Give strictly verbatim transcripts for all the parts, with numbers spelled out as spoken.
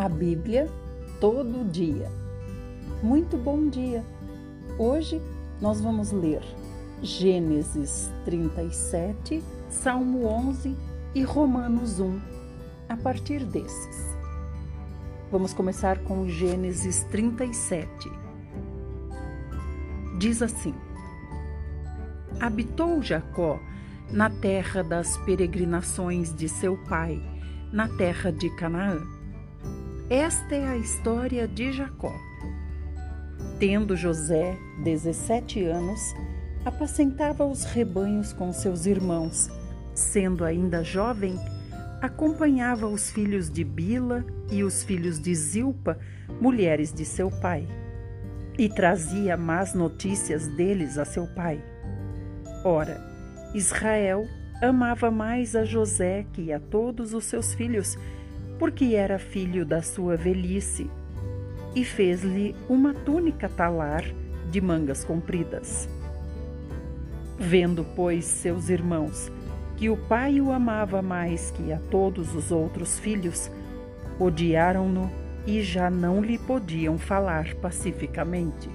A Bíblia todo dia. Muito bom dia! Hoje nós vamos ler Gênesis trinta e sete, Salmo onze e Romanos um, a partir desses. Vamos começar com Gênesis trinta e sete. Diz assim: Habitou Jacó na terra das peregrinações de seu pai, na terra de Canaã. Esta é a história de Jacó. Tendo José dezessete anos, apacentava os rebanhos com seus irmãos. Sendo ainda jovem, acompanhava os filhos de Bila e os filhos de Zilpa, mulheres de seu pai, e trazia más notícias deles a seu pai. Ora, Israel amava mais a José que a todos os seus filhos, porque era filho da sua velhice, e fez-lhe uma túnica talar de mangas compridas. Vendo, pois, seus irmãos que o pai o amava mais que a todos os outros filhos, odiaram-no e já não lhe podiam falar pacificamente.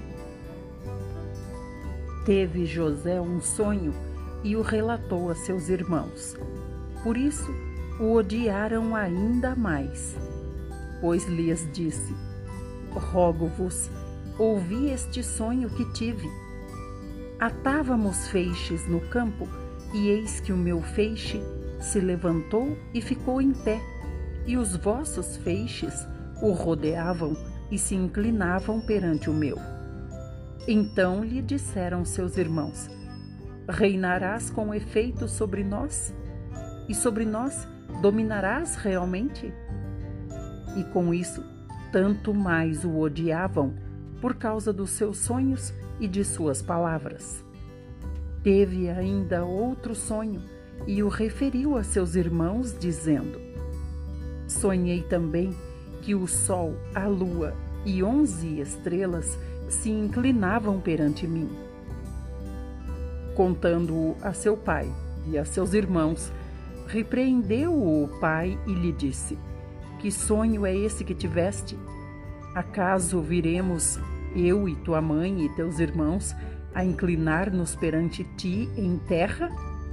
Teve José um sonho e o relatou a seus irmãos. Por isso, o odiaram ainda mais, pois lhes disse: Rogo-vos, ouvi este sonho que tive. Atávamos feixes no campo, e eis que o meu feixe se levantou e ficou em pé, e os vossos feixes o rodeavam e se inclinavam perante o meu. Então lhe disseram seus irmãos: Reinarás com efeito sobre nós? E sobre nós dominarás realmente? E com isso, tanto mais o odiavam, por causa dos seus sonhos e de suas palavras. Teve ainda outro sonho, e o referiu a seus irmãos, dizendo: Sonhei também que o sol, a lua e onze estrelas se inclinavam perante mim. Contando-o a seu pai e a seus irmãos, repreendeu-o o pai e lhe disse: Que sonho é esse que tiveste? Acaso viremos, eu e tua mãe e teus irmãos, a inclinar-nos perante ti em terra?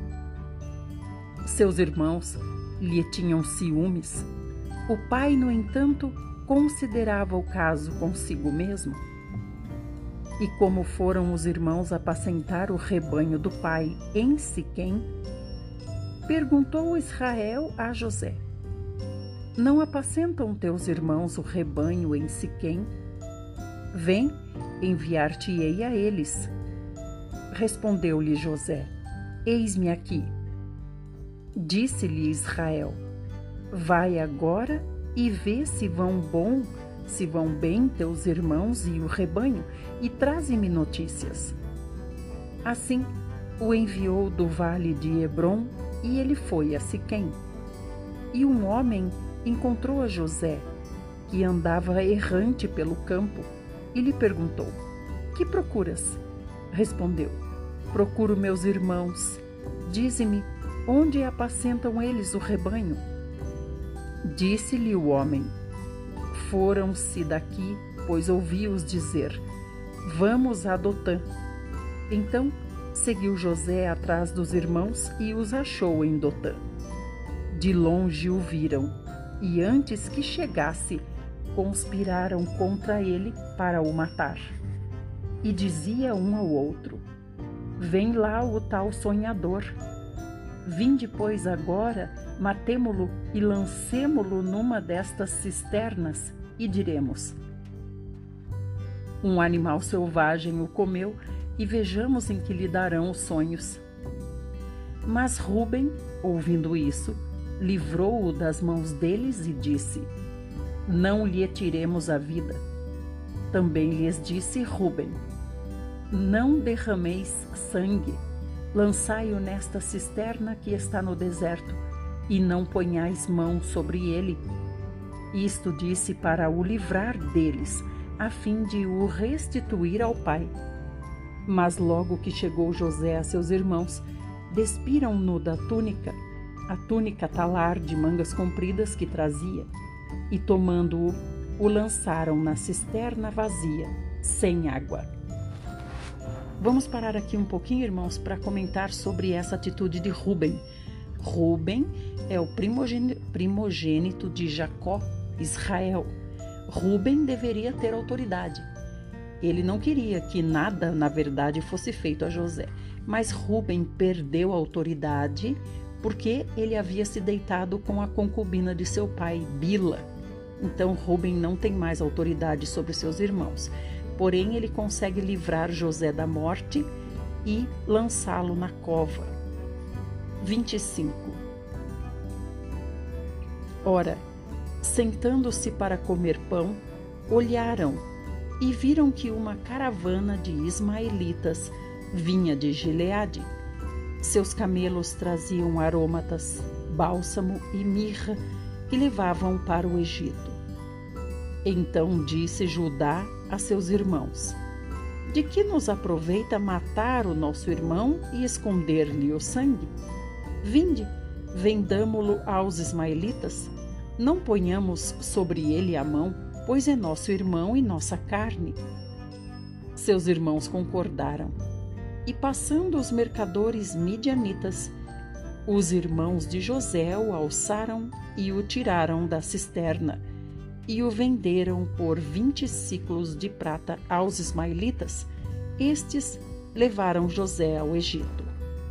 Seus irmãos lhe tinham ciúmes. O pai, no entanto, considerava o caso consigo mesmo. E como foram os irmãos apacentar o rebanho do pai em Siquém, perguntou Israel a José: Não apacentam teus irmãos o rebanho em Siquém? Vem, enviar-te-ei a eles. Respondeu-lhe José: Eis-me aqui. Disse-lhe Israel: Vai agora e vê se vão bom, se vão bem teus irmãos e o rebanho, e traze-me notícias. Assim, o enviou do vale de Hebrom, e ele foi a Siquém. E um homem encontrou a José, que andava errante pelo campo, e lhe perguntou: Que procuras? Respondeu: Procuro meus irmãos. Dize-me, onde apacentam eles o rebanho? Disse-lhe o homem: Foram-se daqui, pois ouvi-os dizer: Vamos a Dotã. Então seguiu José atrás dos irmãos e os achou em Dotã. De longe o viram, e antes que chegasse, conspiraram contra ele para o matar. E dizia um ao outro: Vem lá o tal sonhador. Vinde, pois, agora, matemo-lo e lancemo-lo numa destas cisternas, e diremos: Um animal selvagem o comeu, e vejamos em que lhe darão os sonhos. Mas Ruben, ouvindo isso, livrou-o das mãos deles e disse: Não lhe tiremos a vida. Também lhes disse Ruben: Não derrameis sangue, lançai-o nesta cisterna que está no deserto, e não ponhais mão sobre ele. Isto disse para o livrar deles, a fim de o restituir ao pai. Mas logo que chegou José a seus irmãos, despiram-no da túnica, a túnica talar de mangas compridas que trazia, e, tomando-o, o lançaram na cisterna vazia, sem água. Vamos parar aqui um pouquinho, irmãos, para comentar sobre essa atitude de Rúben. Rúben é o primogênito de Jacó, Israel. Rúben deveria ter autoridade. Ele não queria que nada, na verdade, fosse feito a José, mas Rúben perdeu a autoridade porque ele havia se deitado com a concubina de seu pai, Bila. Então Rúben não tem mais autoridade sobre seus irmãos. Porém, ele consegue livrar José da morte e lançá-lo na cova. vinte e cinco. Ora, sentando-se para comer pão, olharam e viram que uma caravana de ismaelitas vinha de Gileade. Seus camelos traziam aromatas, bálsamo e mirra que levavam para o Egito. Então disse Judá a seus irmãos: de que nos aproveita matar o nosso irmão e esconder-lhe o sangue? Vinde, vendamo-lo aos ismaelitas, não ponhamos sobre ele a mão, pois é nosso irmão e nossa carne. Seus irmãos concordaram. E passando os mercadores midianitas, os irmãos de José o alçaram e o tiraram da cisterna, e o venderam por vinte ciclos de prata aos ismaelitas. Estes levaram José ao Egito.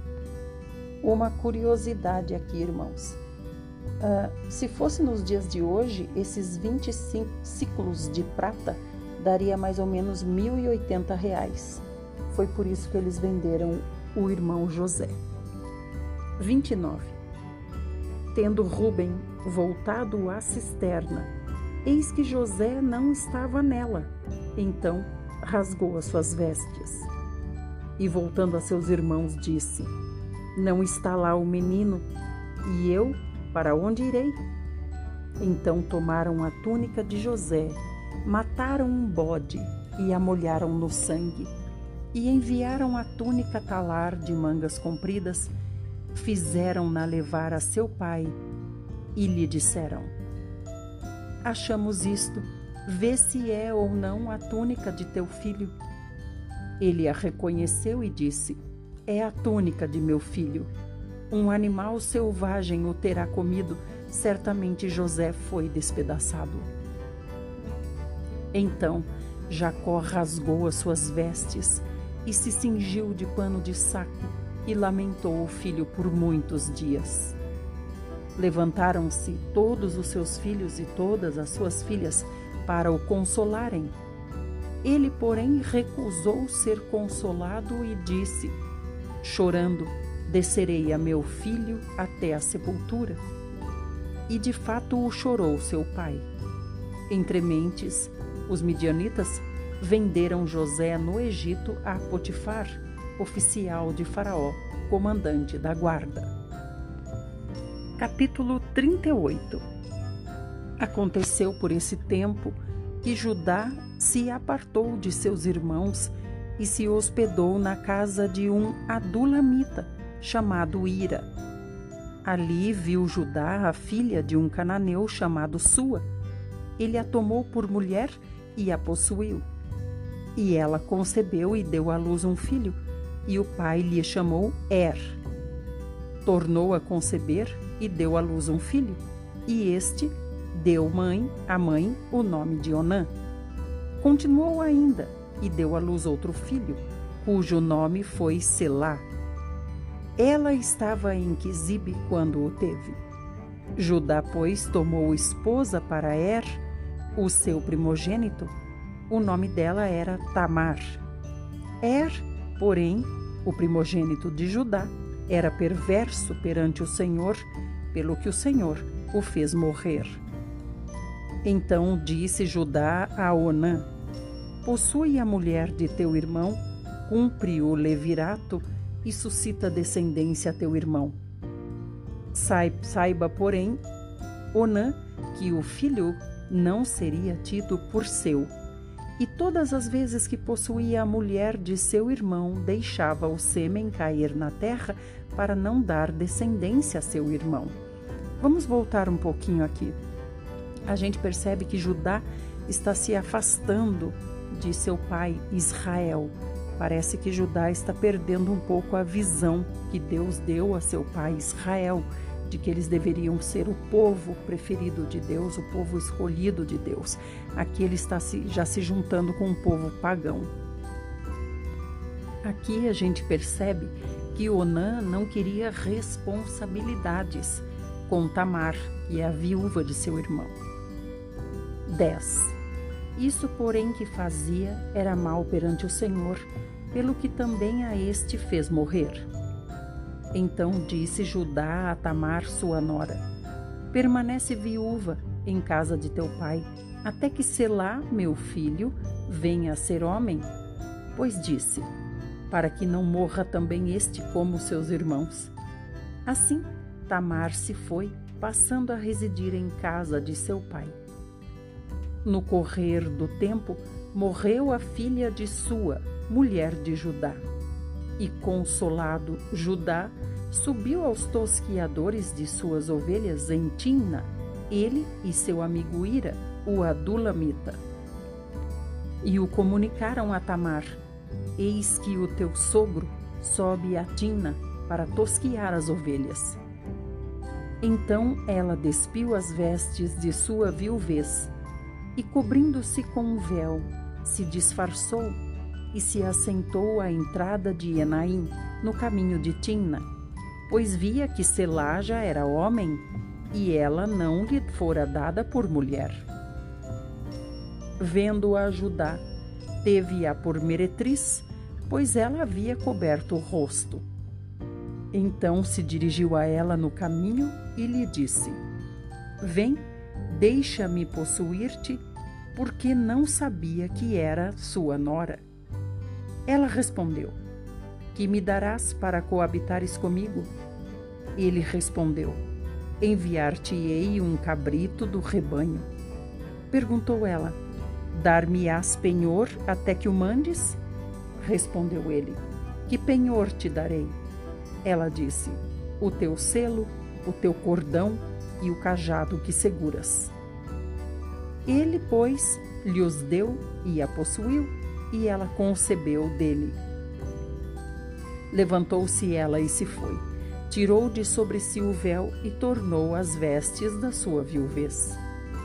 Uma curiosidade aqui, irmãos. Uh, se fosse nos dias de hoje, esses vinte e cinco ciclos de prata daria mais ou menos mil e oitenta reais. Foi por isso que eles venderam o irmão José. vinte e nove. Tendo Rúben voltado à cisterna, eis que José não estava nela. Então rasgou as suas vestes. E voltando a seus irmãos, disse: não está lá o menino, e eu para onde irei? Então tomaram a túnica de José, mataram um bode e a molharam no sangue, e enviaram a túnica talar de mangas compridas, fizeram-na levar a seu pai, e lhe disseram: achamos isto, vê se é ou não a túnica de teu filho. Ele a reconheceu e disse: é a túnica de meu filho. Um animal selvagem o terá comido, certamente José foi despedaçado. Então Jacó rasgou as suas vestes e se cingiu de pano de saco e lamentou o filho por muitos dias. Levantaram-se todos os seus filhos e todas as suas filhas para o consolarem. Ele, porém, recusou ser consolado e disse, chorando: descerei a meu filho até a sepultura. E de fato o chorou seu pai. Entre mentes, os midianitas venderam José no Egito a Potifar, oficial de Faraó, comandante da guarda. Capítulo trinta e oito. Aconteceu por esse tempo que Judá se apartou de seus irmãos e se hospedou na casa de um adulamita, chamado Ira. Ali viu Judá a filha de um cananeu chamado Sua. Ele a tomou por mulher e a possuiu. E ela concebeu e deu à luz um filho, e o pai lhe chamou Er. Tornou a conceber e deu à luz um filho, e este deu mãe à mãe o nome de Onã. Continuou ainda e deu à luz outro filho, cujo nome foi Selá. Ela estava em Quisibe quando o teve. Judá, pois, tomou esposa para Er, o seu primogênito. O nome dela era Tamar. Er, porém, o primogênito de Judá, era perverso perante o Senhor, pelo que o Senhor o fez morrer. Então disse Judá a Onã: possui a mulher de teu irmão, cumpre o levirato e suscita descendência a teu irmão. Saiba, porém, Onã, que o filho não seria tido por seu, e todas as vezes que possuía a mulher de seu irmão, deixava o sêmen cair na terra para não dar descendência a seu irmão. Vamos voltar um pouquinho aqui. a gente percebe que Judá está se afastando de seu pai Israel. Parece que Judá está perdendo um pouco a visão que Deus deu a seu pai Israel, de que eles deveriam ser o povo preferido de Deus, o povo escolhido de Deus. Aqui ele está se, já se juntando com um povo pagão. Aqui a gente percebe que Onã não queria responsabilidades com Tamar, que é a viúva de seu irmão. dez. Isso, porém, que fazia era mal perante o Senhor, pelo que também a este fez morrer. Então disse Judá a Tamar, sua nora: permanece viúva em casa de teu pai, até que Selá, meu filho, venha a ser homem. Pois disse: para que não morra também este como seus irmãos. Assim, Tamar se foi, passando a residir em casa de seu pai. No correr do tempo, morreu a filha de Sua, mulher de Judá. E consolado Judá, subiu aos tosquiadores de suas ovelhas em Timna, ele e seu amigo Ira, o adulamita. E o comunicaram a Tamar: eis que o teu sogro sobe a Timna para tosquiar as ovelhas. Então ela despiu as vestes de sua viuvez e, cobrindo-se com um véu, se disfarçou e se assentou à entrada de Enaim, no caminho de Timna, pois via que Selá já era homem e ela não lhe fora dada por mulher. Vendo-a Judá, teve-a por meretriz, pois ela havia coberto o rosto. Então se dirigiu a ela no caminho e lhe disse: vem, deixa-me possuir-te, porque não sabia que era sua nora. Ela respondeu: que me darás para coabitares comigo? Ele respondeu: enviar-te-ei um cabrito do rebanho. Perguntou ela: dar-me-ás penhor até que o mandes? Respondeu ele: que penhor te darei? Ela disse: o teu selo, o teu cordão e o cajado que seguras. Ele, pois, lhe os deu e a possuiu, e ela concebeu dele. Levantou-se ela e se foi, tirou de sobre si o véu e tornou as vestes da sua viuvez.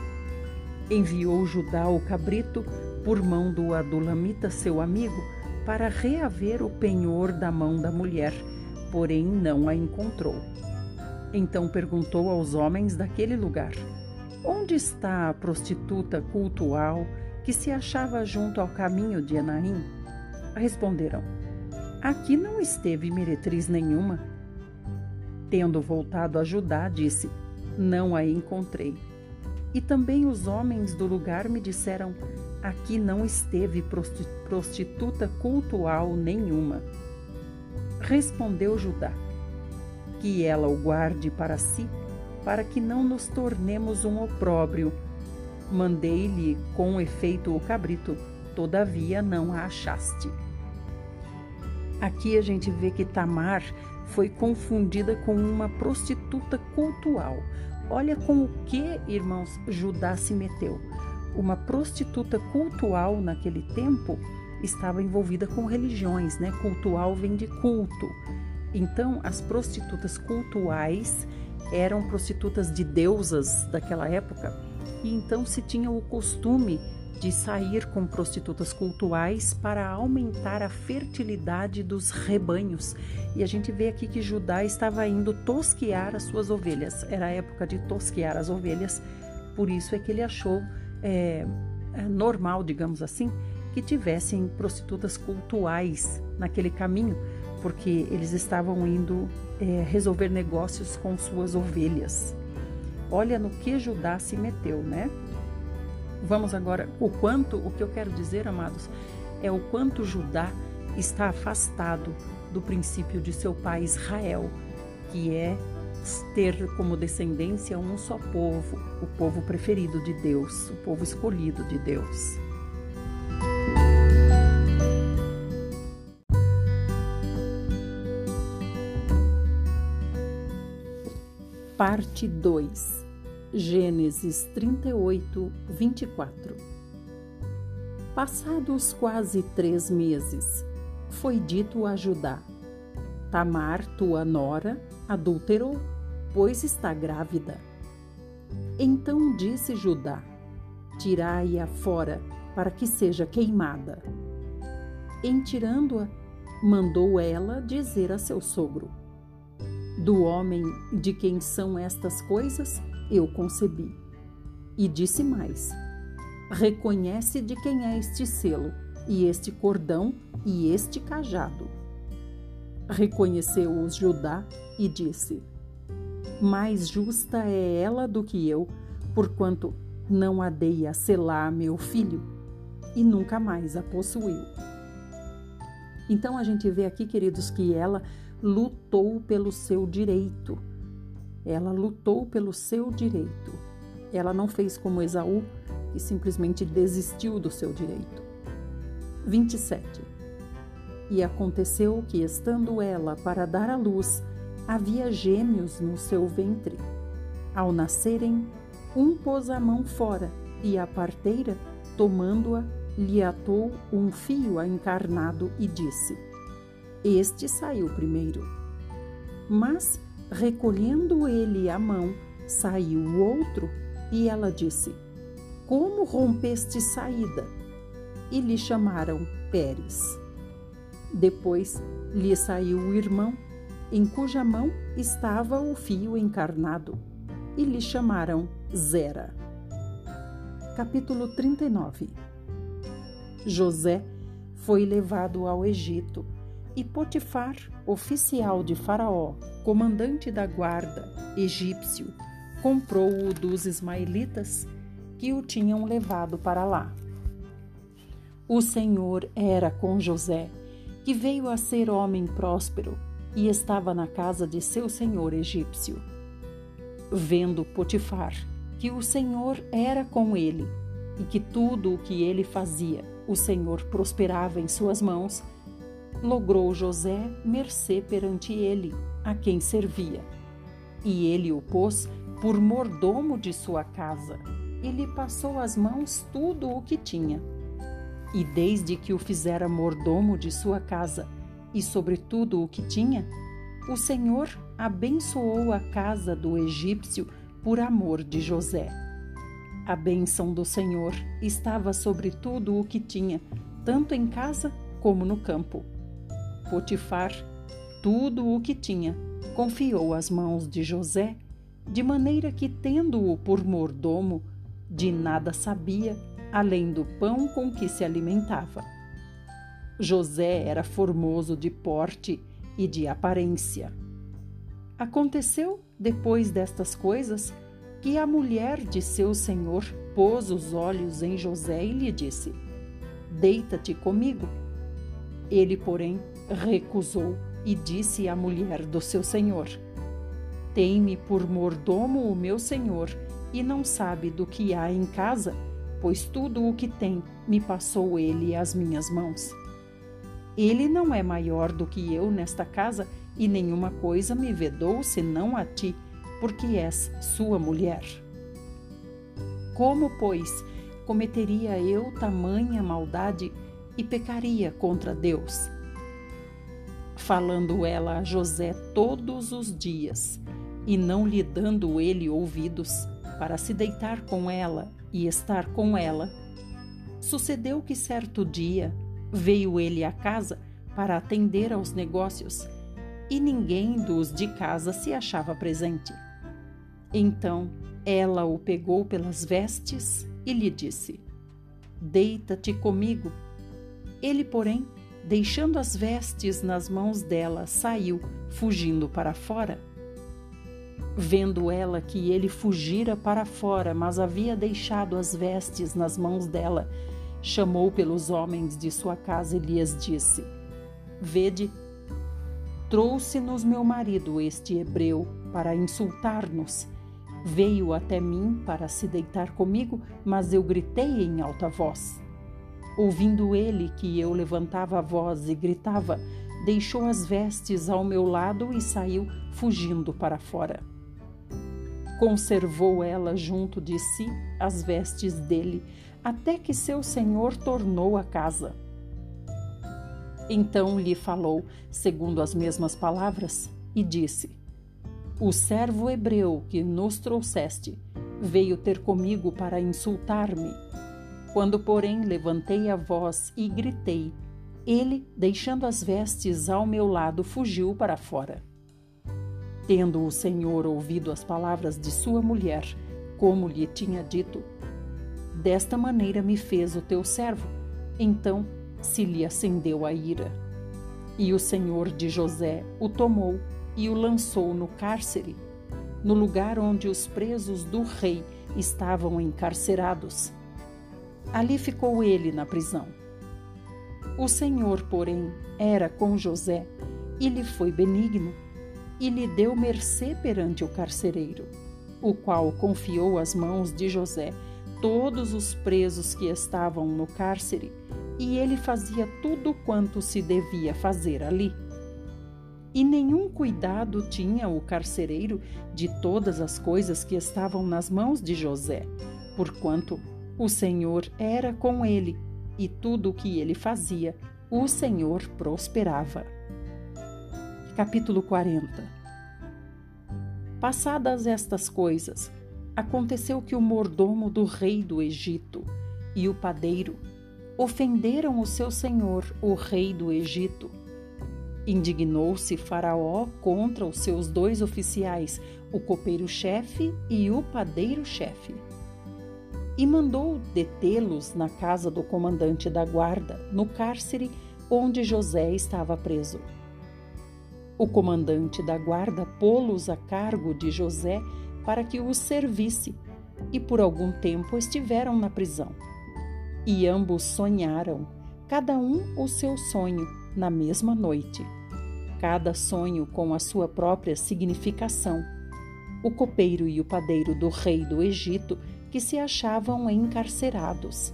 Enviou Judá o cabrito por mão do adulamita, seu amigo, para reaver o penhor da mão da mulher, porém não a encontrou. Então perguntou aos homens daquele lugar: onde está a prostituta cultual que se achava junto ao caminho de Enaim? Responderam: aqui não esteve meretriz nenhuma. Tendo voltado a Judá, disse: não a encontrei. E também os homens do lugar me disseram: aqui não esteve prostituta cultual nenhuma. Respondeu Judá: que ela o guarde para si, para que não nos tornemos um opróbrio. Mandei-lhe com efeito o cabrito, todavia não a achaste. Aqui a gente vê que Tamar foi confundida com uma prostituta cultual. Olha com o que, irmãos, Judá se meteu. Uma prostituta cultual naquele tempo estava envolvida com religiões, né? Cultual vem de culto. Então, as prostitutas cultuais eram prostitutas de deusas daquela época, e então se tinha o costume de sair com prostitutas cultuais para aumentar a fertilidade dos rebanhos. E a gente vê aqui que Judá estava indo tosquiar as suas ovelhas. Era a época de tosquiar as ovelhas, por isso é que ele achou é, normal, digamos assim, que tivessem prostitutas cultuais naquele caminho, porque eles estavam indo é, resolver negócios com suas ovelhas. Olha no que Judá se meteu, né? Vamos agora, o quanto, o que eu quero dizer, amados, é o quanto Judá está afastado do princípio de seu pai Israel, que é ter como descendência um só povo, o povo preferido de Deus, o povo escolhido de Deus. Parte dois. Gênesis trinta e oito, vinte e quatro. Passados quase três meses, foi dito a Judá: Tamar, tua nora, adulterou, pois está grávida. Então disse Judá: Tirai-a fora, para que seja queimada. Em tirando-a, mandou ela dizer a seu sogro: Do homem de quem são estas coisas, eu concebi. E disse mais: Reconhece de quem é este selo, e este cordão, e este cajado. Reconheceu-os Judá e disse: Mais justa é ela do que eu, porquanto não a dei a Selá, meu filho, e nunca mais a possuiu. Então a gente vê aqui, queridos, que ela lutou pelo seu direito. Ela lutou pelo seu direito. Ela não fez como Esaú, que simplesmente desistiu do seu direito. vinte e sete. E aconteceu que, estando ela para dar à luz, havia gêmeos no seu ventre. Ao nascerem, um pôs a mão fora, e a parteira, tomando-a, lhe atou um fio encarnado e disse: Este saiu primeiro. Mas, recolhendo ele a mão, saiu o outro, e ela disse: Como rompeste saída? E lhe chamaram Pérez. Depois lhe saiu o irmão, em cuja mão estava o fio encarnado, e lhe chamaram Zera. Capítulo trinta e nove. José foi levado ao Egito, e Potifar, oficial de Faraó, comandante da guarda egípcio, comprou-o dos ismaelitas que o tinham levado para lá. O Senhor era com José, que veio a ser homem próspero e estava na casa de seu senhor egípcio. Vendo Potifar que o Senhor era com ele e que tudo o que ele fazia, o Senhor prosperava em suas mãos, logrou José mercê perante ele, a quem servia. E ele o pôs por mordomo de sua casa, e lhe passou às mãos tudo o que tinha. E desde que o fizera mordomo de sua casa, e sobre tudo o que tinha, o Senhor abençoou a casa do egípcio por amor de José. A bênção do Senhor estava sobre tudo o que tinha, tanto em casa como no campo. Potifar, tudo o que tinha, confiou às mãos de José, de maneira que, tendo-o por mordomo, de nada sabia, além do pão com que se alimentava. José era formoso de porte e de aparência. Aconteceu, depois destas coisas, que a mulher de seu senhor pôs os olhos em José e lhe disse: Deita-te comigo. Ele, porém, recusou e disse à mulher do seu senhor: Tem-me por mordomo o meu senhor e não sabe do que há em casa, pois tudo o que tem me passou ele às minhas mãos. Ele não é maior do que eu nesta casa e nenhuma coisa me vedou senão a ti, porque és sua mulher. Como, pois, cometeria eu tamanha maldade e pecaria contra Deus? Falando ela a José todos os dias, e não lhe dando ele ouvidos, para se deitar com ela e estar com ela, sucedeu que certo dia veio ele à casa para atender aos negócios, e ninguém dos de casa se achava presente. Então ela o pegou pelas vestes e lhe disse: Deita-te comigo. Ele, porém, deixando as vestes nas mãos dela, saiu, fugindo para fora. Vendo ela que ele fugira para fora, mas havia deixado as vestes nas mãos dela, chamou pelos homens de sua casa e lhes disse: Vede, trouxe-nos meu marido, este hebreu, para insultar-nos. Veio até mim para se deitar comigo, mas eu gritei em alta voz. Ouvindo ele que eu levantava a voz e gritava, deixou as vestes ao meu lado e saiu fugindo para fora. Conservou ela junto de si as vestes dele, até que seu senhor tornou à casa. Então lhe falou, segundo as mesmas palavras, e disse: O servo hebreu que nos trouxeste veio ter comigo para insultar-me. Quando, porém, levantei a voz e gritei, ele, deixando as vestes ao meu lado, fugiu para fora. Tendo o Senhor ouvido as palavras de sua mulher, como lhe tinha dito, desta maneira me fez o teu servo. Então se lhe acendeu a ira. E o Senhor de José o tomou e o lançou no cárcere, no lugar onde os presos do rei estavam encarcerados. Ali ficou ele na prisão. O Senhor, porém, era com José e lhe foi benigno, e lhe deu mercê perante o carcereiro, o qual confiou às mãos de José todos os presos que estavam no cárcere, e ele fazia tudo quanto se devia fazer ali. E nenhum cuidado tinha o carcereiro de todas as coisas que estavam nas mãos de José, porquanto o Senhor era com ele, e tudo o que ele fazia, o Senhor prosperava. Capítulo quarenta. Passadas estas coisas, aconteceu que o mordomo do rei do Egito e o padeiro ofenderam o seu senhor, o rei do Egito. Indignou-se Faraó contra os seus dois oficiais, o copeiro-chefe e o padeiro-chefe, e mandou detê-los na casa do comandante da guarda, no cárcere onde José estava preso. O comandante da guarda pô-los a cargo de José para que os servisse, e por algum tempo estiveram na prisão. E ambos sonharam, cada um o seu sonho, na mesma noite, cada sonho com a sua própria significação. O copeiro e o padeiro do rei do Egito, que se achavam encarcerados.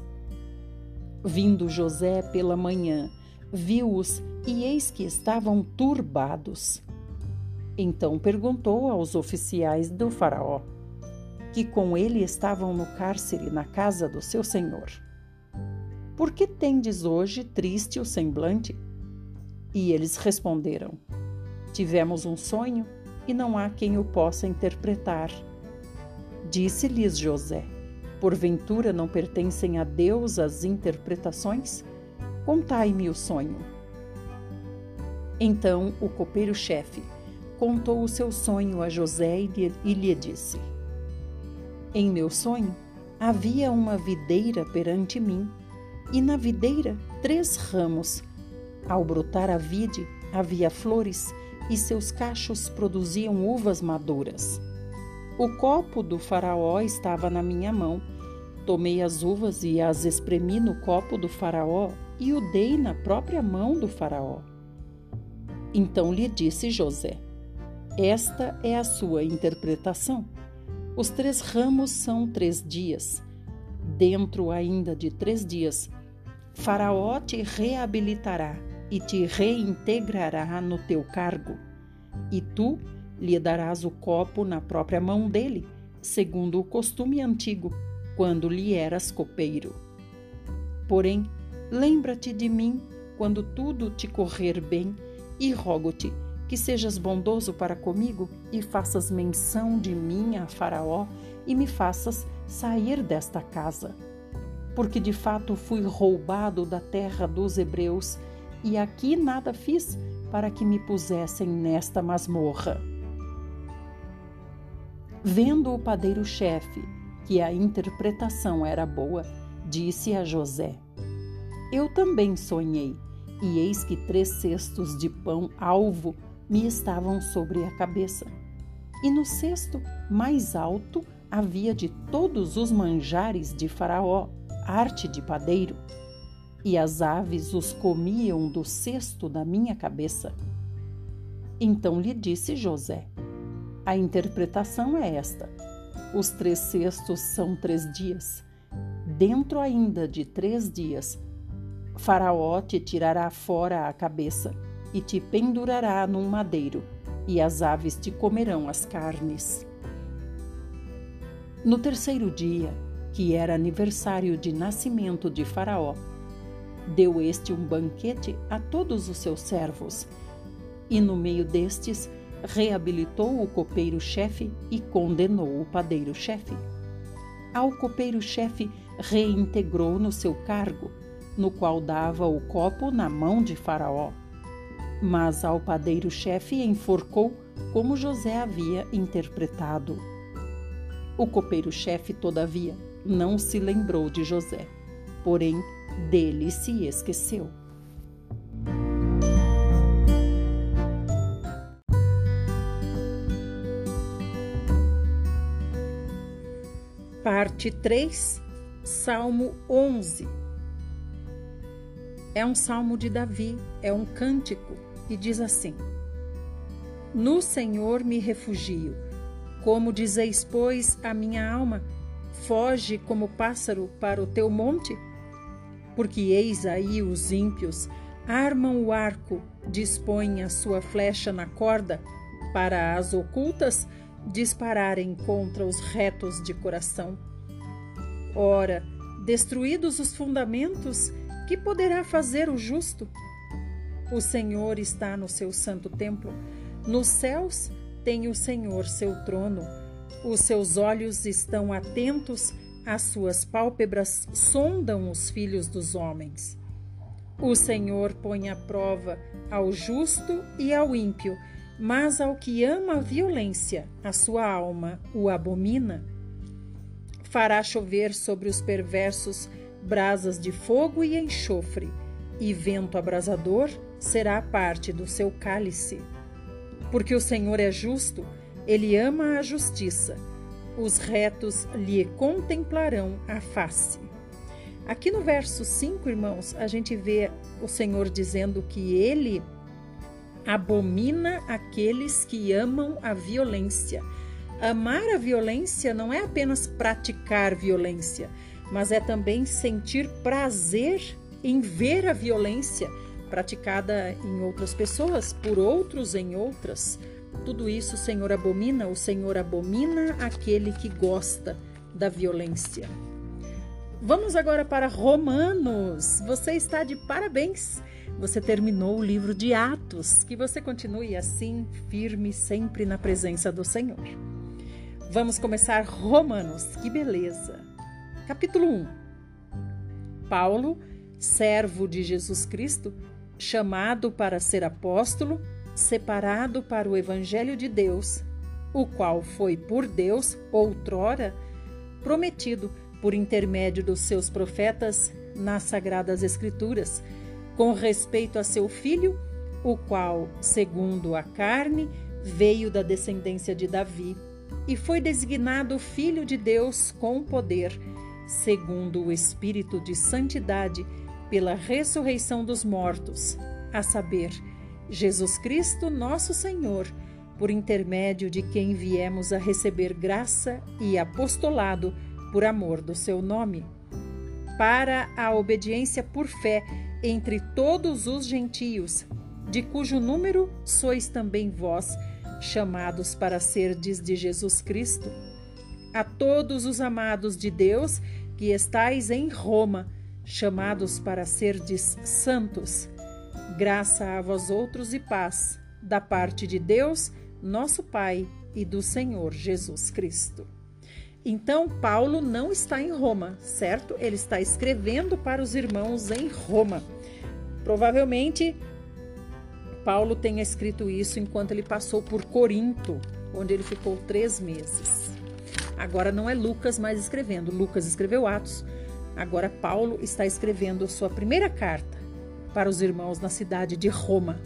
Vindo José pela manhã, viu-os e eis que estavam turbados. Então perguntou aos oficiais do faraó, que com ele estavam no cárcere na casa do seu senhor: Por que tendes hoje triste o semblante? E eles responderam: Tivemos um sonho e não há quem o possa interpretar. Disse-lhes José: Porventura não pertencem a Deus as interpretações? Contai-me o sonho. Então o copeiro-chefe contou o seu sonho a José e lhe disse: Em meu sonho havia uma videira perante mim, e na videira três ramos. Ao brotar a vide, havia flores, e seus cachos produziam uvas maduras. O copo do faraó estava na minha mão. Tomei as uvas e as espremi no copo do faraó e o dei na própria mão do faraó. Então lhe disse José: Esta é a sua interpretação. Os três ramos são três dias. Dentro ainda de três dias, Faraó te reabilitará e te reintegrará no teu cargo, e tu lhe darás o copo na própria mão dele, segundo o costume antigo, quando lhe eras copeiro. Porém, lembra-te de mim quando tudo te correr bem, e rogo-te que sejas bondoso para comigo e faças menção de mim a Faraó e me faças sair desta casa. Porque de fato fui roubado da terra dos hebreus, e aqui nada fiz para que me pusessem nesta masmorra. Vendo o padeiro-chefe que a interpretação era boa, disse a José: Eu também sonhei, e eis que três cestos de pão alvo me estavam sobre a cabeça. E no cesto mais alto havia de todos os manjares de Faraó, arte de padeiro, e as aves os comiam do cesto da minha cabeça. Então lhe disse José: A interpretação é esta: os três cestos são três dias. Dentro ainda de três dias, Faraó te tirará fora a cabeça e te pendurará num madeiro, e as aves te comerão as carnes. No terceiro dia, que era aniversário de nascimento de Faraó, deu este um banquete a todos os seus servos, e no meio destes reabilitou o copeiro-chefe e condenou o padeiro-chefe. Ao copeiro-chefe reintegrou no seu cargo, no qual dava o copo na mão de Faraó. Mas ao padeiro-chefe enforcou, como José havia interpretado. O copeiro-chefe, todavia, não se lembrou de José, porém dele se esqueceu. Parte três, Salmo onze. É um salmo de Davi, é um cântico, e diz assim: No Senhor me refugio. Como dizeis, pois, a minha alma, foge como pássaro para o teu monte? Porque eis aí os ímpios armam o arco, dispõem a sua flecha na corda, para as ocultas dispararem contra os retos de coração. Ora, destruídos os fundamentos, que poderá fazer o justo? O Senhor está no seu santo templo. Nos céus tem o Senhor seu trono. Os seus olhos estão atentos, as suas pálpebras sondam os filhos dos homens. O Senhor põe à prova ao justo e ao ímpio, mas ao que ama a violência, a sua alma o abomina. Fará chover sobre os perversos brasas de fogo e enxofre, e vento abrasador será a parte do seu cálice. Porque o Senhor é justo, ele ama a justiça. Os retos lhe contemplarão a face. Aqui no verso cinco, irmãos, a gente vê o Senhor dizendo que ele abomina aqueles que amam a violência. Amar a violência não é apenas praticar violência, mas é também sentir prazer em ver a violência praticada em outras pessoas, por outros em outras. Tudo isso o Senhor abomina, o Senhor abomina aquele que gosta da violência. Vamos agora para Romanos. Você está de parabéns. Você terminou o livro de Atos. Que você continue assim, firme, sempre na presença do Senhor. Vamos começar Romanos. Que beleza! Capítulo um. Paulo, servo de Jesus Cristo, chamado para ser apóstolo, separado para o Evangelho de Deus, o qual foi por Deus, outrora, prometido por intermédio dos seus profetas nas Sagradas Escrituras, com respeito a seu Filho, o qual, segundo a carne, veio da descendência de Davi, e foi designado Filho de Deus com poder, segundo o Espírito de Santidade, pela ressurreição dos mortos, a saber, Jesus Cristo, nosso Senhor, por intermédio de quem viemos a receber graça e apostolado por amor do seu nome, para a obediência por fé entre todos os gentios, de cujo número sois também vós, chamados para serdes de Jesus Cristo. A todos os amados de Deus que estais em Roma, chamados para serdes santos, graça a vós outros e paz, da parte de Deus, nosso Pai, e do Senhor Jesus Cristo. Então, Paulo não está em Roma, certo? Ele está escrevendo para os irmãos em Roma. Provavelmente, Paulo tenha escrito isso enquanto ele passou por Corinto, onde ele ficou três meses. Agora não é Lucas mais escrevendo. Lucas escreveu Atos. Agora Paulo está escrevendo sua primeira carta para os irmãos na cidade de Roma.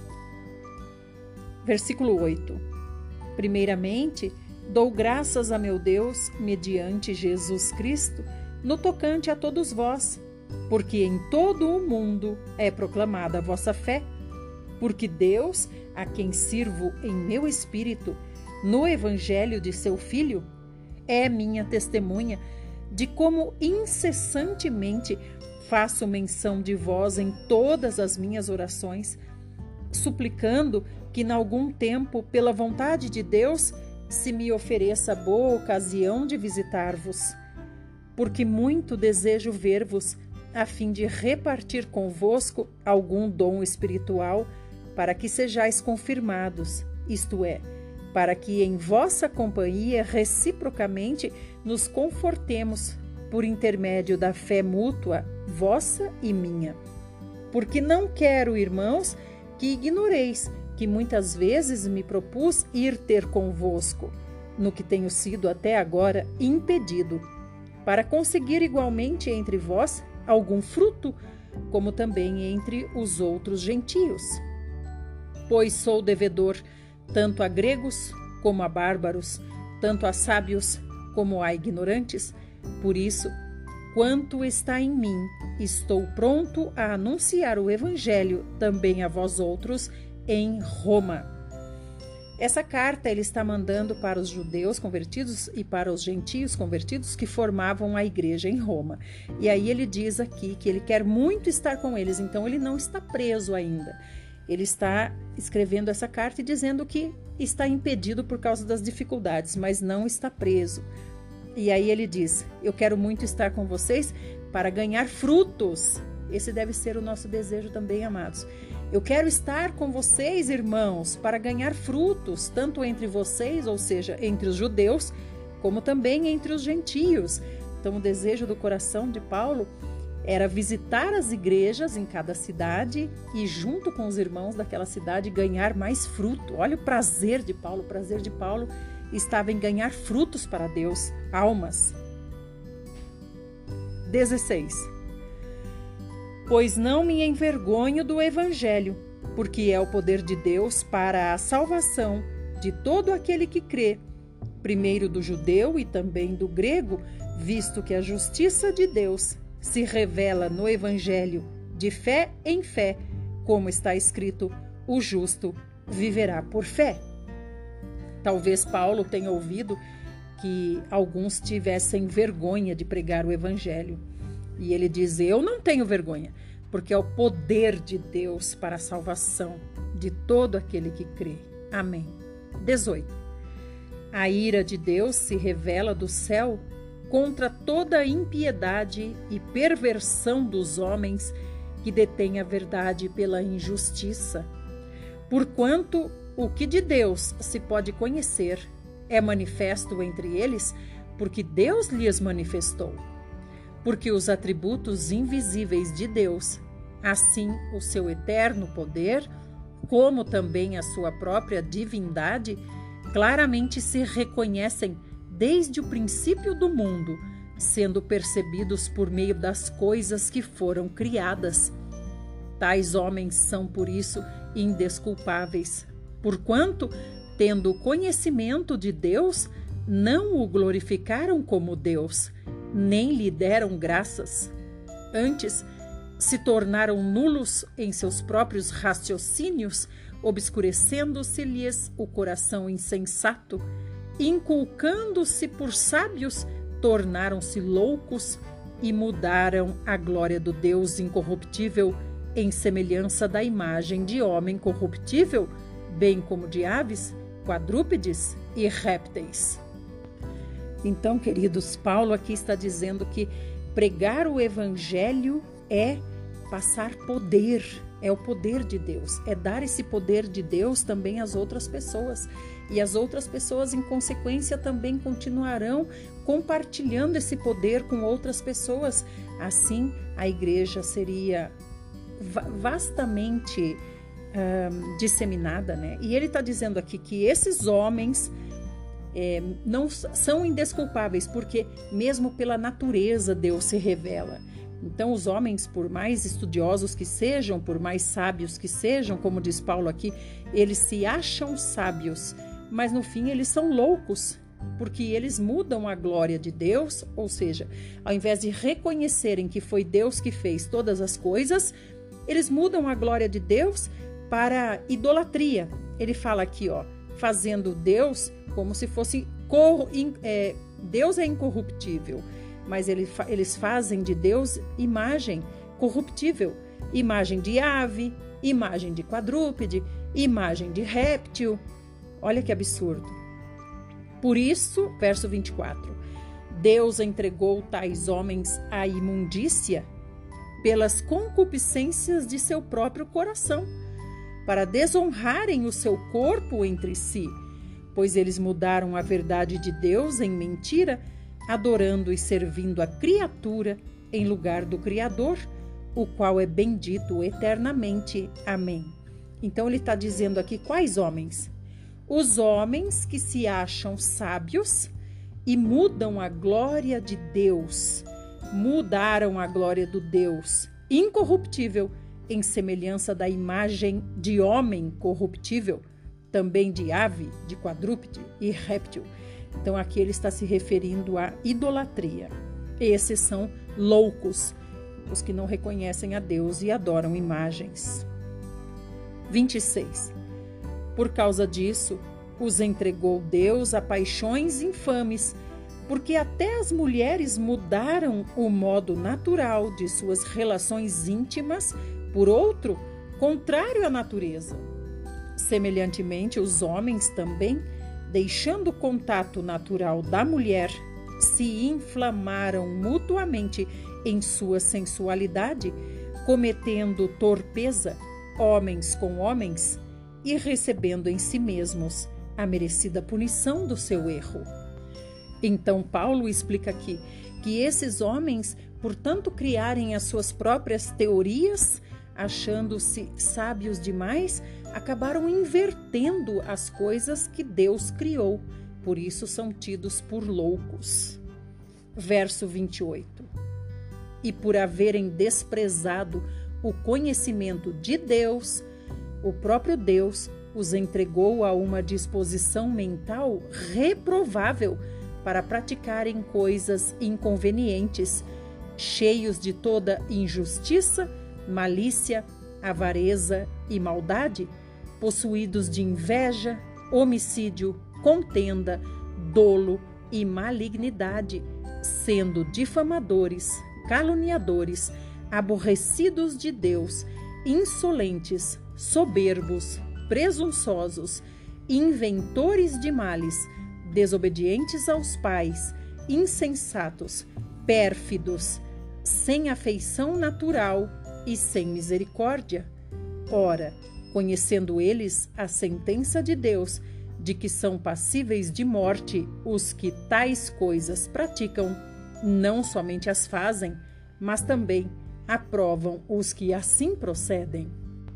Versículo oito. Primeiramente, dou graças a meu Deus, mediante Jesus Cristo, no tocante a todos vós, porque em todo o mundo é proclamada a vossa fé, porque Deus, a quem sirvo em meu espírito, no evangelho de seu Filho, é minha testemunha de como incessantemente faço menção de vós em todas as minhas orações, suplicando que, em algum tempo, pela vontade de Deus, se me ofereça boa ocasião de visitar-vos, porque muito desejo ver-vos, a fim de repartir convosco algum dom espiritual, para que sejais confirmados, isto é, para que em vossa companhia reciprocamente nos confortemos por intermédio da fé mútua, vossa e minha. Porque não quero, irmãos, que ignoreis que muitas vezes me propus ir ter convosco, no que tenho sido até agora impedido, para conseguir igualmente entre vós algum fruto, como também entre os outros gentios. Pois sou devedor tanto a gregos como a bárbaros, tanto a sábios como a ignorantes. Por isso, quanto está em mim, estou pronto a anunciar o evangelho também a vós outros em Roma. Essa carta ele está mandando para os judeus convertidos e para os gentios convertidos que formavam a igreja em Roma. E aí ele diz aqui que ele quer muito estar com eles, então ele não está preso ainda. Ele está escrevendo essa carta e dizendo que está impedido por causa das dificuldades, mas não está preso. E aí ele diz: eu quero muito estar com vocês para ganhar frutos. Esse deve ser o nosso desejo também, amados. Eu quero estar com vocês, irmãos, para ganhar frutos, tanto entre vocês, ou seja, entre os judeus, como também entre os gentios. Então, o desejo do coração de Paulo era visitar as igrejas em cada cidade e, junto com os irmãos daquela cidade, ganhar mais fruto. Olha o prazer de Paulo. O prazer de Paulo estava em ganhar frutos para Deus, almas. dezesseis. Pois não me envergonho do evangelho, porque é o poder de Deus para a salvação de todo aquele que crê, primeiro do judeu e também do grego, visto que a justiça de Deus se revela no evangelho de fé em fé, como está escrito: o justo viverá por fé. Talvez Paulo tenha ouvido que alguns tivessem vergonha de pregar o evangelho. E ele diz: eu não tenho vergonha, porque é o poder de Deus para a salvação de todo aquele que crê. Amém. dezoito. A ira de Deus se revela do céu contra toda a impiedade e perversão dos homens que detêm a verdade pela injustiça. Porquanto o que de Deus se pode conhecer é manifesto entre eles, porque Deus lhes manifestou. Porque os atributos invisíveis de Deus, assim o seu eterno poder, como também a sua própria divindade, claramente se reconhecem desde o princípio do mundo, sendo percebidos por meio das coisas que foram criadas. Tais homens são, por isso, indesculpáveis, porquanto, tendo o conhecimento de Deus, não o glorificaram como Deus, nem lhe deram graças. Antes, se tornaram nulos em seus próprios raciocínios, obscurecendo-se-lhes o coração insensato, inculcando-se por sábios, tornaram-se loucos e mudaram a glória do Deus incorruptível em semelhança da imagem de homem corruptível, bem como de aves, quadrúpedes e répteis. Então, queridos, Paulo aqui está dizendo que pregar o evangelho é passar poder, é o poder de Deus, é dar esse poder de Deus também às outras pessoas. E as outras pessoas, em consequência, também continuarão compartilhando esse poder com outras pessoas. Assim, a igreja seria vastamente um, disseminada, né? E ele está dizendo aqui que esses homens É, não são indesculpáveis, porque mesmo pela natureza Deus se revela. Então os homens, por mais estudiosos que sejam, por mais sábios que sejam, como diz Paulo aqui, eles se acham sábios, mas no fim eles são loucos, porque eles mudam a glória de Deus, ou seja, ao invés de reconhecerem que foi Deus que fez todas as coisas, eles mudam a glória de Deus para idolatria. Ele fala aqui, ó, fazendo Deus como se fosse cor, é, Deus é incorruptível, mas ele, eles fazem de Deus imagem corruptível, imagem de ave, imagem de quadrúpede, imagem de réptil. Olha que absurdo. Por isso, verso vinte e quatro, Deus entregou tais homens à imundícia pelas concupiscências de seu próprio coração, para desonrarem o seu corpo entre si, pois eles mudaram a verdade de Deus em mentira, adorando e servindo a criatura em lugar do Criador, o qual é bendito eternamente. Amém. Então ele está dizendo aqui quais homens? Os homens que se acham sábios e mudam a glória de Deus, mudaram a glória do Deus incorruptível em semelhança da imagem de homem corruptível, também de ave, de quadrúpede e réptil. Então aqui ele está se referindo à idolatria. Esses são loucos, os que não reconhecem a Deus e adoram imagens. vinte e seis. Por causa disso, os entregou Deus a paixões infames, porque até as mulheres mudaram o modo natural de suas relações íntimas por outro, contrário à natureza. Semelhantemente, os homens também, deixando o contato natural da mulher, se inflamaram mutuamente em sua sensualidade, cometendo torpeza, homens com homens, e recebendo em si mesmos a merecida punição do seu erro. Então Paulo explica aqui que esses homens, por tanto criarem as suas próprias teorias, achando-se sábios demais, acabaram invertendo as coisas que Deus criou. Por isso são tidos por loucos. Verso vinte e oito. E por haverem desprezado o conhecimento de Deus, o próprio Deus os entregou a uma disposição mental reprovável para praticarem coisas inconvenientes, cheios de toda injustiça, malícia, avareza e maldade, possuídos de inveja, homicídio, contenda, dolo e malignidade, sendo difamadores, caluniadores, aborrecidos de Deus, insolentes, soberbos, presunçosos, inventores de males, desobedientes aos pais, insensatos, pérfidos, sem afeição natural e sem misericórdia. Ora, conhecendo eles a sentença de Deus, de que são passíveis de morte os que tais coisas praticam, não somente as fazem, mas também aprovam os que assim procedem.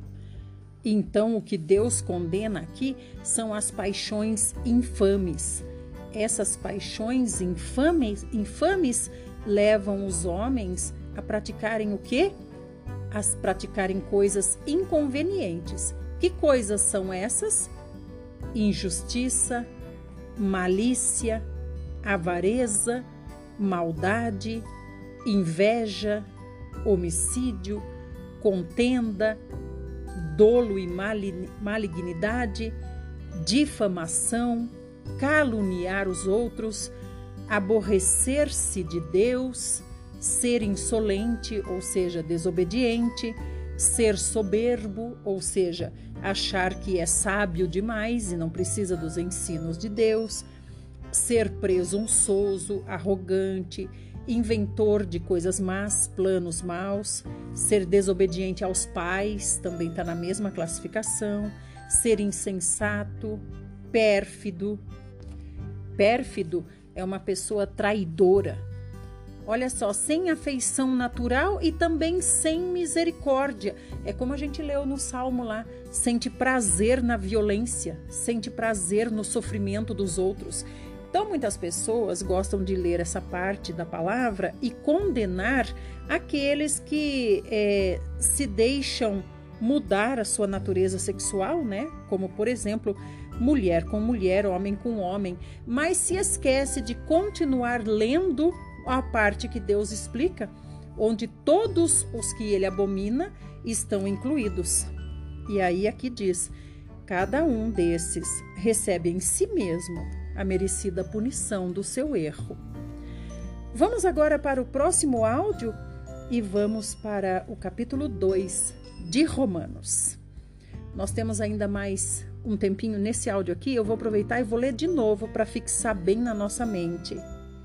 Então, o que Deus condena aqui são as paixões infames. Essas paixões infames, infames levam os homens a praticarem o quê? A praticarem coisas inconvenientes. Que coisas são essas? Injustiça, malícia, avareza, maldade, inveja, homicídio, contenda, dolo e malignidade, difamação, caluniar os outros, aborrecer-se de Deus, ser insolente, ou seja, desobediente, ser soberbo, ou seja, achar que é sábio demais e não precisa dos ensinos de Deus, ser presunçoso, arrogante, inventor de coisas más, planos maus, ser desobediente aos pais, também está na mesma classificação, ser insensato, pérfido. Pérfido é uma pessoa traidora. Olha só, sem afeição natural e também sem misericórdia. É como a gente leu no Salmo lá, sente prazer na violência, sente prazer no sofrimento dos outros. Então, muitas pessoas gostam de ler essa parte da palavra e condenar aqueles que é, se deixam mudar a sua natureza sexual, né? Como, por exemplo, mulher com mulher, homem com homem, mas se esquece de continuar lendo a parte que Deus explica, onde todos os que ele abomina estão incluídos. E aí aqui diz, cada um desses recebe em si mesmo a merecida punição do seu erro. Vamos agora para o próximo áudio e vamos para o capítulo dois de Romanos. Nós temos ainda mais um tempinho nesse áudio aqui, eu vou aproveitar e vou ler de novo para fixar bem na nossa mente.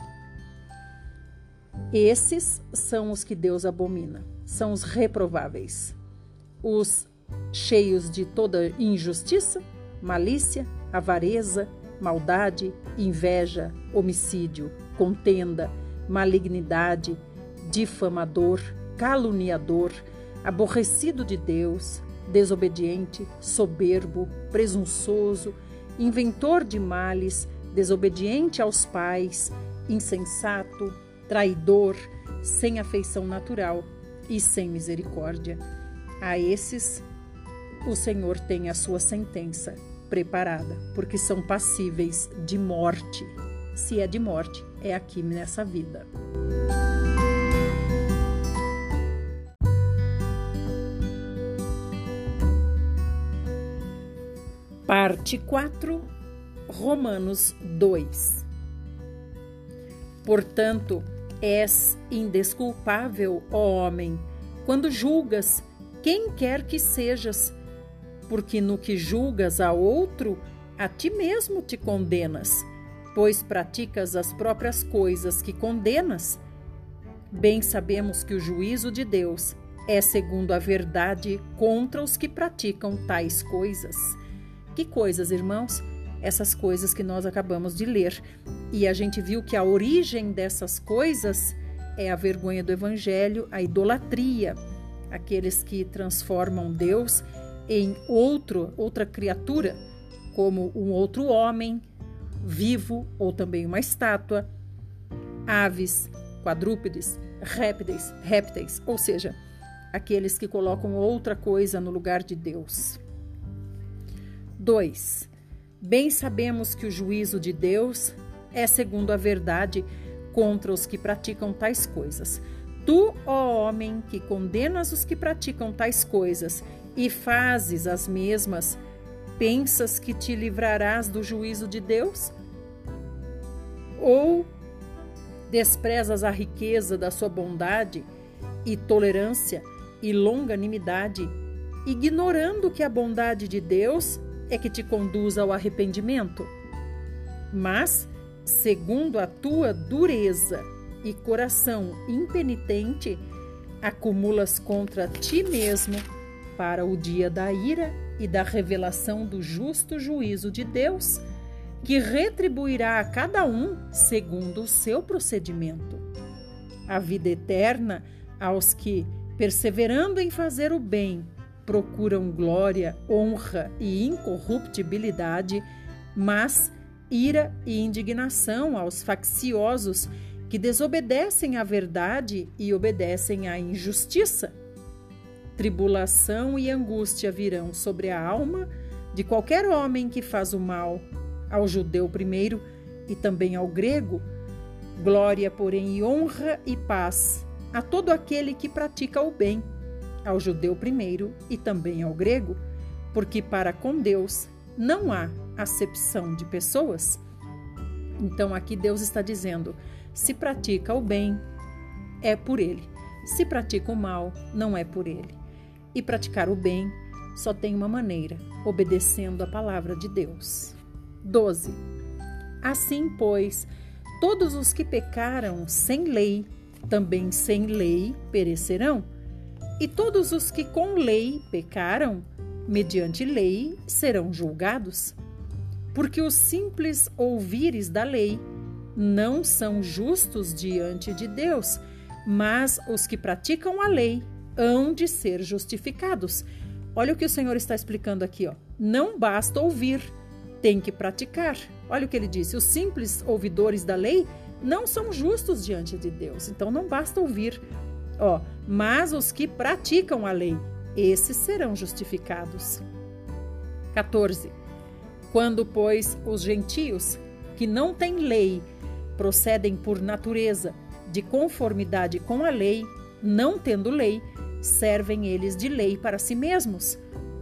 Esses são os que Deus abomina, são os reprováveis, os cheios de toda injustiça, malícia, avareza, maldade, inveja, homicídio, contenda, malignidade, difamador, caluniador, aborrecido de Deus, desobediente, soberbo, presunçoso, inventor de males, desobediente aos pais, insensato, traidor, sem afeição natural e sem misericórdia. A esses o Senhor tem a sua sentença preparada, porque são passíveis de morte. Se é de morte, é aqui nessa vida. Parte quatro, Romanos dois. Portanto, és indesculpável, ó homem, quando julgas quem quer que sejas, porque no que julgas a outro, a ti mesmo te condenas, pois praticas as próprias coisas que condenas. Bem sabemos que o juízo de Deus é segundo a verdade contra os que praticam tais coisas. Que coisas, irmãos? Essas coisas que nós acabamos de ler. E a gente viu que a origem dessas coisas é a vergonha do evangelho, a idolatria, aqueles que transformam Deus em outro, outra criatura, como um outro homem vivo ou também uma estátua, aves, quadrúpedes, répteis, répteis, ou seja, aqueles que colocam outra coisa no lugar de Deus. dois. Bem sabemos que o juízo de Deus é segundo a verdade contra os que praticam tais coisas. Tu, ó homem, que condenas os que praticam tais coisas e fazes as mesmas, pensas que te livrarás do juízo de Deus? Ou desprezas a riqueza da sua bondade e tolerância e longanimidade, ignorando que a bondade de Deus é que te conduz ao arrependimento? Mas, segundo a tua dureza e coração impenitente, acumulas contra ti mesmo para o dia da ira e da revelação do justo juízo de Deus, que retribuirá a cada um segundo o seu procedimento. A vida eterna aos que, perseverando em fazer o bem, procuram glória, honra e incorruptibilidade, mas ira e indignação aos facciosos que desobedecem à verdade e obedecem à injustiça. Tribulação e angústia virão sobre a alma de qualquer homem que faz o mal, ao judeu primeiro e também ao grego. Glória, porém, e honra e paz a todo aquele que pratica o bem, ao judeu primeiro e também ao grego, porque para com Deus não há acepção de pessoas. Então aqui Deus está dizendo, se pratica o bem, é por ele. Se pratica o mal, não é por ele. E praticar o bem só tem uma maneira, obedecendo a palavra de Deus. doze. Assim, pois, todos os que pecaram sem lei, também sem lei perecerão. E todos os que com lei pecaram, mediante lei, serão julgados. Porque os simples ouvires da lei não são justos diante de Deus, mas os que praticam a lei hão de ser justificados. Olha o que o Senhor está explicando aqui, ó. Não basta ouvir, tem que praticar. Olha o que ele disse, os simples ouvidores da lei não são justos diante de Deus, então não basta ouvir. Ó, mas os que praticam a lei, esses serão justificados. quatorze. Quando, pois, os gentios, que não têm lei, procedem por natureza de conformidade com a lei, não tendo lei, servem eles de lei para si mesmos.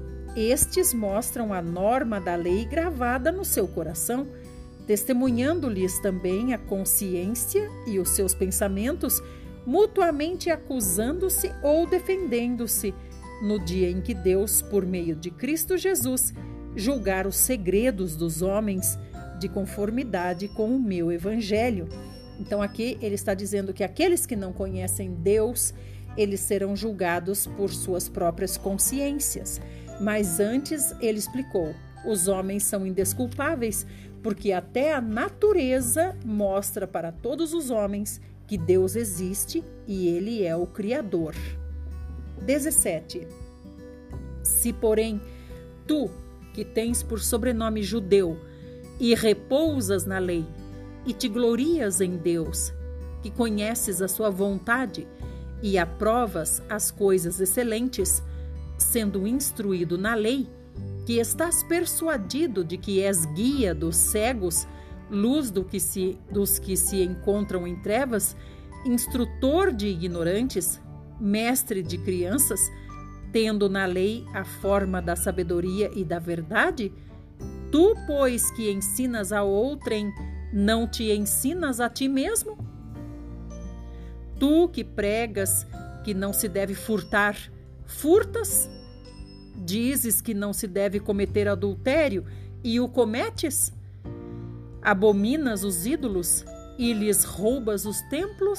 Estes mostram a norma da lei gravada no seu coração, testemunhando-lhes também a consciência e os seus pensamentos, mutuamente acusando-se ou defendendo-se, no dia em que Deus, por meio de Cristo Jesus, julgar os segredos dos homens de conformidade com o meu evangelho. Então aqui ele está dizendo que aqueles que não conhecem Deus, eles serão julgados por suas próprias consciências. Mas antes ele explicou, os homens são indesculpáveis, porque até a natureza mostra para todos os homens que Deus existe e Ele é o Criador. dezessete. Se, porém, tu, que tens por sobrenome judeu, e repousas na lei, e te glorias em Deus, que conheces a sua vontade, e aprovas as coisas excelentes, sendo instruído na lei, que estás persuadido de que és guia dos cegos, luz do que se, dos que se encontram em trevas, instrutor de ignorantes, mestre de crianças, tendo na lei a forma da sabedoria e da verdade, tu, pois, que ensinas a outrem, não te ensinas a ti mesmo? Tu que pregas que não se deve furtar, furtas? Dizes que não se deve cometer adultério e o cometes? Abominas os ídolos e lhes roubas os templos?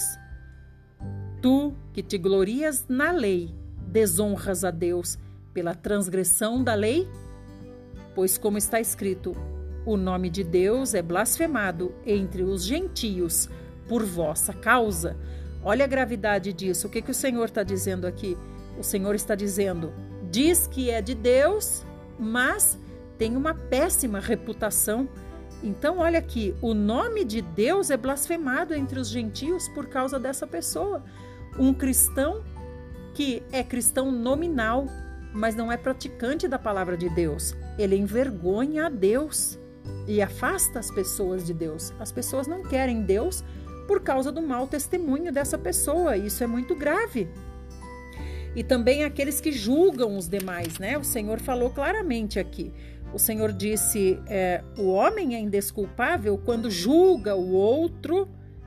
Tu que te glorias na lei, desonras a Deus pela transgressão da lei? Pois como está escrito, o nome de Deus é blasfemado entre os gentios por vossa causa. Olha a gravidade disso. O que, que o Senhor está dizendo aqui? O Senhor está dizendo, diz que é de Deus, mas tem uma péssima reputação. Então, olha aqui, o nome de Deus é blasfemado entre os gentios por causa dessa pessoa. Um cristão que é cristão nominal, mas não é praticante da palavra de Deus. Ele envergonha a Deus e afasta as pessoas de Deus. As pessoas não querem Deus por causa do mau testemunho dessa pessoa. Isso é muito grave. E também aqueles que julgam os demais, né? O Senhor falou claramente aqui. O Senhor disse, é, o homem é indesculpável quando julga o outro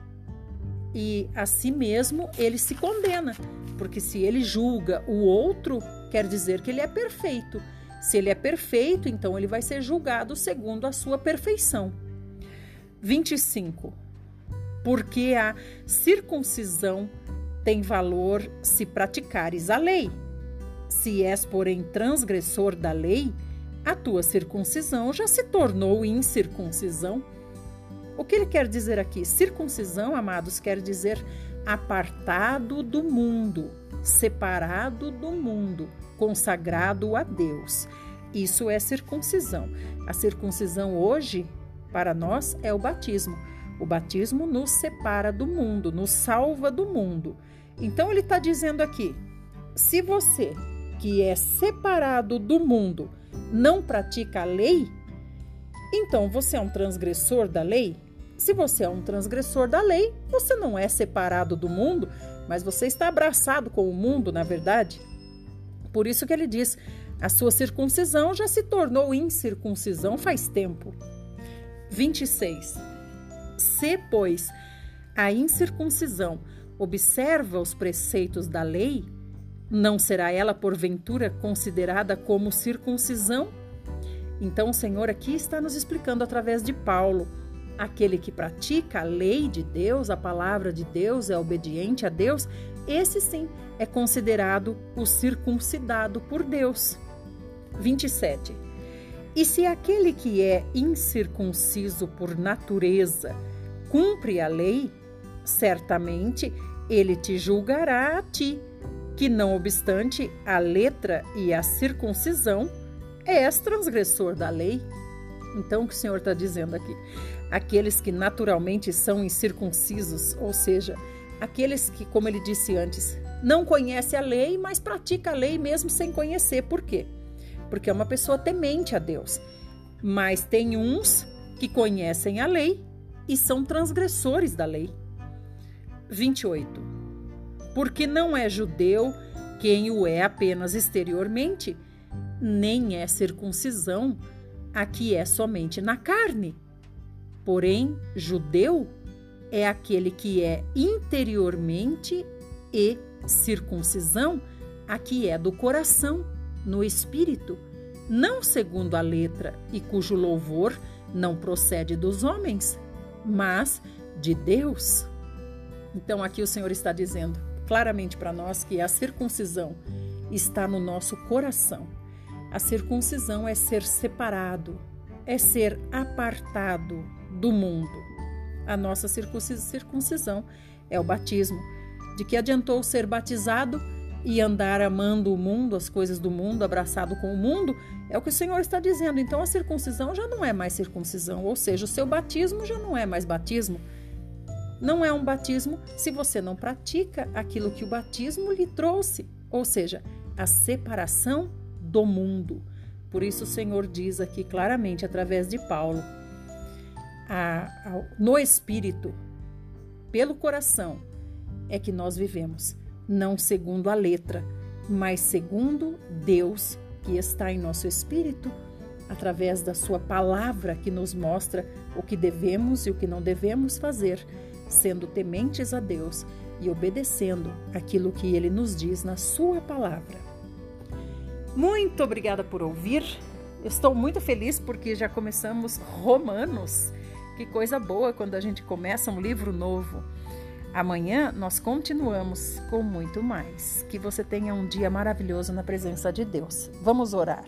e a si mesmo ele se condena. Porque se ele julga o outro, quer dizer que ele é perfeito. Se ele é perfeito, então ele vai ser julgado segundo a sua perfeição. vinte e cinco. Porque a circuncisão tem valor se praticares a lei. Se és, porém, transgressor da lei, a tua circuncisão já se tornou incircuncisão. O que ele quer dizer aqui? Circuncisão, amados, quer dizer apartado do mundo, separado do mundo, consagrado a Deus. Isso é circuncisão. A circuncisão hoje, para nós, é o batismo. O batismo nos separa do mundo, nos salva do mundo. Então ele está dizendo aqui, se você, que é separado do mundo, não pratica a lei, então você é um transgressor da lei? Se você é um transgressor da lei, você não é separado do mundo, mas você está abraçado com o mundo, na verdade. Por isso que ele diz, a sua circuncisão já se tornou incircuncisão faz tempo. vinte e seis. Se, pois, a incircuncisão observa os preceitos da lei, não será ela, porventura, considerada como circuncisão? Então, o Senhor aqui está nos explicando através de Paulo. Aquele que pratica a lei de Deus, a palavra de Deus, é obediente a Deus, esse sim é considerado o circuncidado por Deus. vinte e sete. E se aquele que é incircunciso por natureza cumpre a lei, certamente ele te julgará a ti, que não obstante a letra e a circuncisão, és transgressor da lei. Então, o que o Senhor está dizendo aqui? Aqueles que naturalmente são incircuncisos, ou seja, aqueles que, como ele disse antes, não conhecem a lei, mas praticam a lei mesmo sem conhecer. Por quê? Porque é uma pessoa temente a Deus. Mas tem uns que conhecem a lei e são transgressores da lei. vinte e oito. Porque não é judeu quem o é apenas exteriormente, nem é circuncisão a que é somente na carne. Porém, judeu é aquele que é interiormente, e circuncisão a que é do coração, no espírito, não segundo a letra, e cujo louvor não procede dos homens, mas de Deus. Então aqui o Senhor está dizendo claramente para nós que a circuncisão está no nosso coração. A circuncisão é ser separado, é ser apartado do mundo. A nossa circuncisão é o batismo. De que adiantou ser batizado e andar amando o mundo, as coisas do mundo, abraçado com o mundo? É o que o Senhor está dizendo. Então a circuncisão já não é mais circuncisão, ou seja, o seu batismo já não é mais batismo. Não é um batismo se você não pratica aquilo que o batismo lhe trouxe, ou seja, a separação do mundo. Por isso o Senhor diz aqui claramente, através de Paulo, a, a, no Espírito, pelo coração, é que nós vivemos, não segundo a letra, mas segundo Deus que está em nosso Espírito, através da sua palavra que nos mostra o que devemos e o que não devemos fazer, sendo tementes a Deus e obedecendo aquilo que Ele nos diz na sua palavra. Muito obrigada por ouvir. Estou muito feliz porque já começamos Romanos. Que coisa boa quando a gente começa um livro novo. Amanhã nós continuamos com muito mais. Que você tenha um dia maravilhoso na presença de Deus. Vamos orar.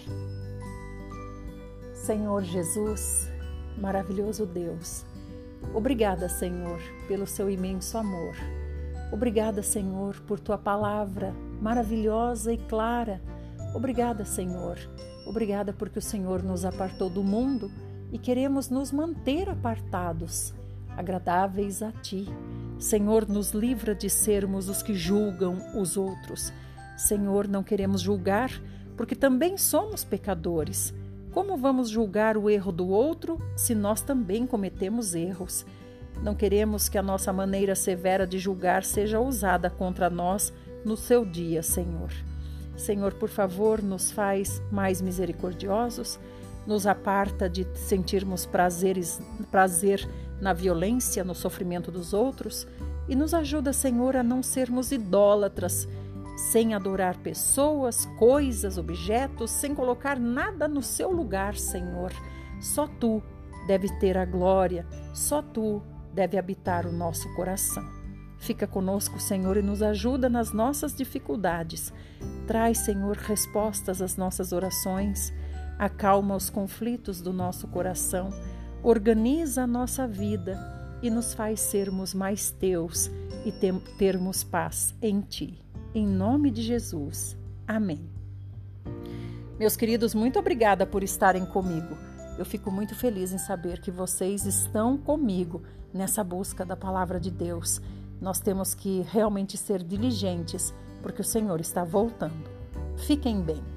Senhor Jesus, maravilhoso Deus, obrigada, Senhor, pelo seu imenso amor. Obrigada, Senhor, por tua palavra maravilhosa e clara. Obrigada, Senhor. Obrigada porque o Senhor nos apartou do mundo e queremos nos manter apartados, agradáveis a Ti. Senhor, nos livra de sermos os que julgam os outros. Senhor, não queremos julgar porque também somos pecadores. Como vamos julgar o erro do outro se nós também cometemos erros? Não queremos que a nossa maneira severa de julgar seja usada contra nós no seu dia, Senhor. Senhor, por favor, nos faz mais misericordiosos, nos aparta de sentirmos prazeres, prazer na violência, no sofrimento dos outros e nos ajuda, Senhor, a não sermos idólatras, sem adorar pessoas, coisas, objetos, sem colocar nada no seu lugar, Senhor. Só Tu deve ter a glória, só Tu deve habitar o nosso coração. Fica conosco, Senhor, e nos ajuda nas nossas dificuldades. Traz, Senhor, respostas às nossas orações, acalma os conflitos do nosso coração, organiza a nossa vida e nos faz sermos mais Teus e termos paz em Ti. Em nome de Jesus. Amém. Meus queridos, muito obrigada por estarem comigo. Eu fico muito feliz em saber que vocês estão comigo nessa busca da palavra de Deus. Nós temos que realmente ser diligentes, porque o Senhor está voltando. Fiquem bem.